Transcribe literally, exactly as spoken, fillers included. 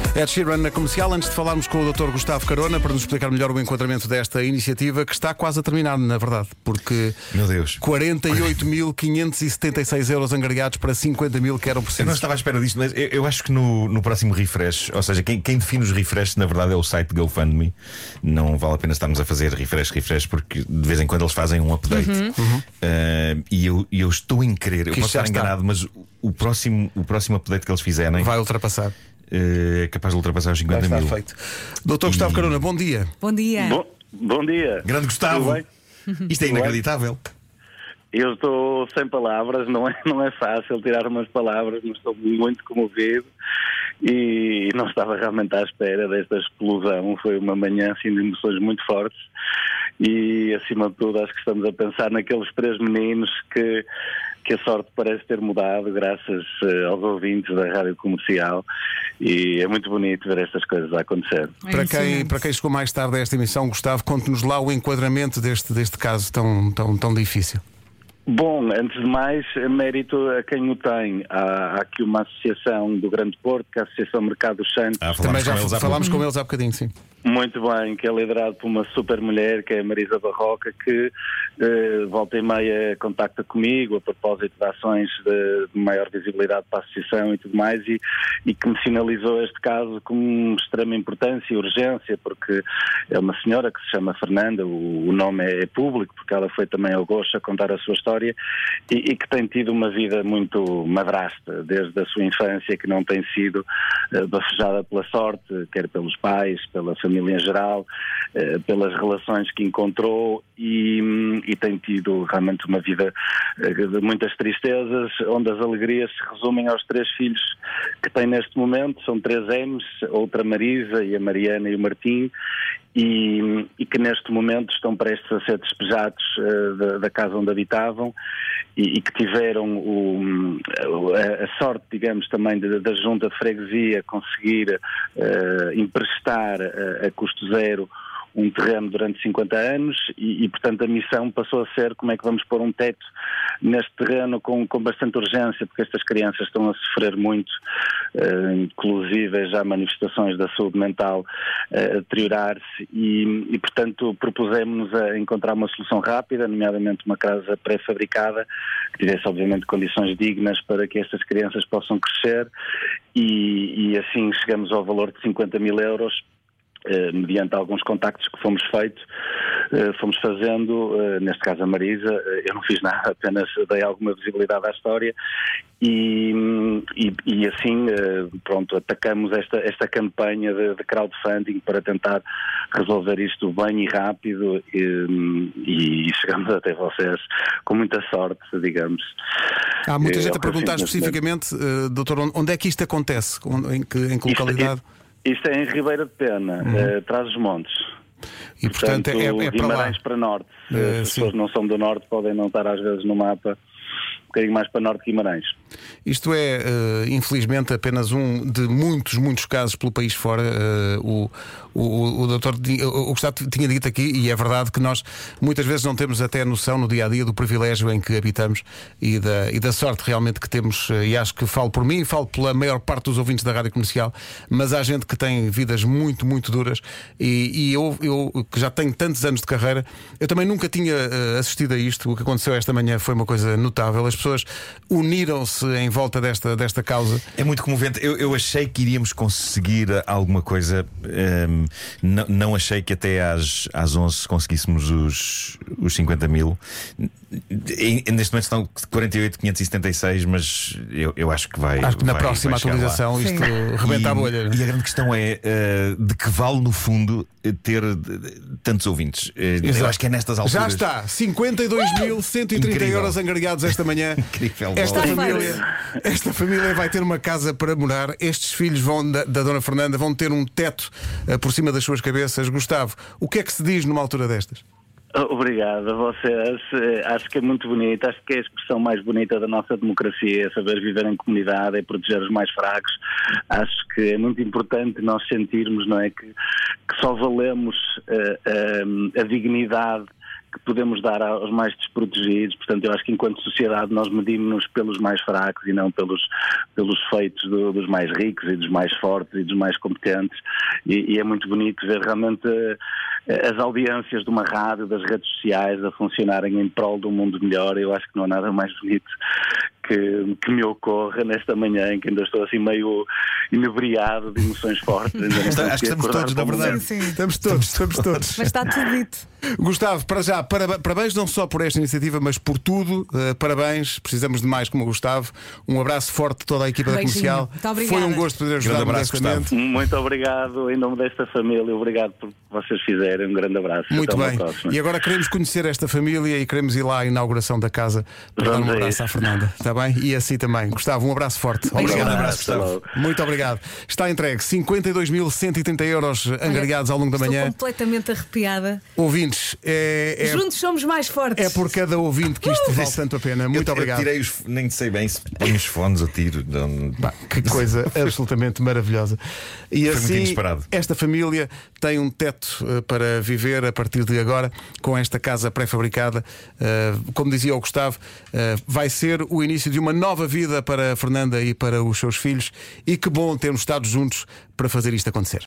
Ed Sheeran na Comercial. Antes de falarmos com o doutor Gustavo Carona para nos explicar melhor o enquadramento desta iniciativa, que está quase a terminar, na verdade, porque Meu Deus. quarenta e oito mil quinhentos e setenta e seis euros angariados para cinquenta mil que eram precisos. Eu não estava à espera disto, mas eu, eu acho que no, no próximo refresh, ou seja, quem, quem define os refreshes na verdade é o site GoFundMe. Não vale a pena estarmos a fazer refresh, refresh, porque de vez em quando eles fazem um update. Uhum. Uh, e eu, eu estou em crer, eu Que posso estar enganado, mas o próximo, o próximo update que eles fizerem vai ultrapassar. É capaz de ultrapassar os cinquenta mil. Está feito. doutor E... Gustavo Carona, bom dia. Bom dia. Bom, bom dia. Grande Gustavo. Isto é inacreditável. Eu estou sem palavras, não é, não é fácil tirar umas palavras, mas estou muito comovido e não estava realmente à espera desta explosão. Foi uma manhã assim, de emoções muito fortes e, acima de tudo, acho que estamos a pensar naqueles três meninos que, que a sorte parece ter mudado graças uh, aos ouvintes da Rádio Comercial, e é muito bonito ver estas coisas a acontecer. É para, quem, para quem chegou mais tarde a esta emissão, Gustavo, conte-nos lá o enquadramento deste, deste caso tão, tão, tão difícil. Bom, antes de mais, mérito a quem o tem. Há, há aqui uma associação do Grande Porto, que é a Associação Mercado dos Santos. Ah, Também já com eles falámos com eles há bocadinho, sim. Muito bem, que é liderado por uma super mulher, que é a Marisa Barroca, que eh, volta e meia contacta comigo a propósito de ações de, de maior visibilidade para a associação e tudo mais, e, e que me sinalizou este caso com extrema importância e urgência, porque é uma senhora que se chama Fernanda, o, o nome é público, porque ela foi também ao Gosto a contar a sua história, e, e que tem tido uma vida muito madrasta, desde a sua infância, que não tem sido eh, bafejada pela sorte, quer pelos pais, pela família família em geral, eh, pelas relações que encontrou, e, e tem tido realmente uma vida eh, de muitas tristezas, onde as alegrias se resumem aos três filhos que tem neste momento. São três M's, outra Marisa e a Mariana e o Martim, e, e que neste momento estão prestes a ser despejados uh, da, da casa onde habitavam, e, e que tiveram o, a, a sorte, digamos, também da Junta de Freguesia conseguir uh, emprestar a, a custo zero um terreno durante cinquenta anos, e, e portanto a missão passou a ser como é que vamos pôr um teto neste terreno com, com bastante urgência, porque estas crianças estão a sofrer muito, uh, inclusive já manifestações da saúde mental uh, a deteriorar-se, e, e portanto propusemos-nos a encontrar uma solução rápida, nomeadamente uma casa pré-fabricada, que tivesse obviamente condições dignas para que estas crianças possam crescer, e, e assim chegamos ao valor de cinquenta mil euros, Uh, mediante alguns contactos que fomos feitos, uh, fomos fazendo, uh, neste caso a Marisa, uh, eu não fiz nada, apenas dei alguma visibilidade à história, e, e, e assim, uh, pronto, atacamos esta, esta campanha de, de crowdfunding para tentar resolver isto bem e rápido, e, e chegamos até vocês com muita sorte, digamos. Há muita é, gente a perguntar especificamente, uh, doutor, onde é que isto acontece? Em que, em que localidade? Isto, Isto é em Ribeira de Pena, uhum. uh, Trás-os-Montes. E portanto, portanto é, é para Guimarães lá. para norte. Uh, Se as sim. pessoas não são do norte, podem não estar às vezes no mapa, um bocadinho mais para norte de Guimarães. Isto é, uh, infelizmente, apenas um de muitos, muitos casos pelo país fora. Uh, o, o, o doutor o Gustavo tinha dito aqui, e é verdade, que nós muitas vezes não temos até noção no dia a dia do privilégio em que habitamos e da, e da sorte realmente que temos. E acho que falo por mim e falo pela maior parte dos ouvintes da Rádio Comercial, mas há gente que tem vidas muito, muito duras. E, e eu, eu, que já tenho tantos anos de carreira, eu também nunca tinha uh, assistido a isto. O que aconteceu esta manhã foi uma coisa notável. As pessoas uniram-se em volta desta, desta causa. É muito comovente. Eu, eu achei que iríamos conseguir alguma coisa. Um, não, não achei que até às, às onze conseguíssemos os, os cinquenta mil. E, neste momento estão quarenta e oito mil quinhentos e setenta e seis, mas eu, eu acho que vai. Acho que na vai, próxima vai atualização lá. isto Sim. rebenta e, a bolha. E a grande questão é uh, de que vale, no fundo, ter tantos ouvintes. Uh, eu acho que é nestas alturas. Já está, cinquenta e dois mil cento e trinta Incrível. euros angariados esta manhã. Incrível. Esta Está família, esta família vai ter uma casa para morar. Estes filhos vão da, da Dona Fernanda vão ter um teto uh, por cima das suas cabeças. Gustavo, o que é que se diz numa altura destas? Obrigado a vocês. Acho que é muito bonito, acho que é a expressão mais bonita da nossa democracia, é saber viver em comunidade, é proteger os mais fracos. Acho que é muito importante nós sentirmos, não é, que, que só valemos uh, uh, a dignidade que podemos dar aos mais desprotegidos. Portanto, eu acho que enquanto sociedade nós medimos-nos pelos mais fracos e não pelos, pelos feitos do, dos mais ricos e dos mais fortes e dos mais competentes, e, e é muito bonito ver realmente uh, as audiências de uma rádio, das redes sociais a funcionarem em prol de um mundo melhor. Eu acho que não há nada mais bonito que, que me ocorra nesta manhã em que ainda estou assim meio inebriado de emoções fortes. Ainda não Acho que estamos todos, na verdade. Sim, sim. Estamos todos, estamos todos. Mas está tudo dito. Gustavo, para já, para- parabéns não só por esta iniciativa, mas por tudo. Uh, parabéns, precisamos de mais como o Gustavo. Um abraço forte de toda a equipa da Beijinho. comercial. Muito obrigada. Foi um gosto poder ajudar Grande abraço, modestamente. Muito obrigado em nome desta família, obrigado por que vocês fizerem. Um grande abraço. Muito Até bem. uma próxima. E agora queremos conhecer esta família e queremos ir lá à inauguração da casa para Vamos dar um a abraço isso. à Fernanda. Está bem? E assim também. Gustavo, um abraço forte. Beijinho. Obrigado. Um abraço, Até Gustavo. logo. Muito obrigado. Está entregue cinquenta e dois mil cento e trinta euros angariados ao longo da Estou manhã. completamente arrepiada. Ouvintes, é, é, Juntos somos mais fortes. é por cada ouvinte que isto vale tanto a pena. Muito eu, obrigado. Eu tirei os. Nem sei bem se ponho os fones ou tiro. Não- Pá, que coisa absolutamente maravilhosa. E muito assim, inesperado. esta família tem um teto eh, para viver a partir de agora, com esta casa pré-fabricada. Eh, como dizia o Gustavo, eh, vai ser o início de uma nova vida para a Fernanda e para os seus filhos. E que bom termos estado juntos para fazer isto acontecer.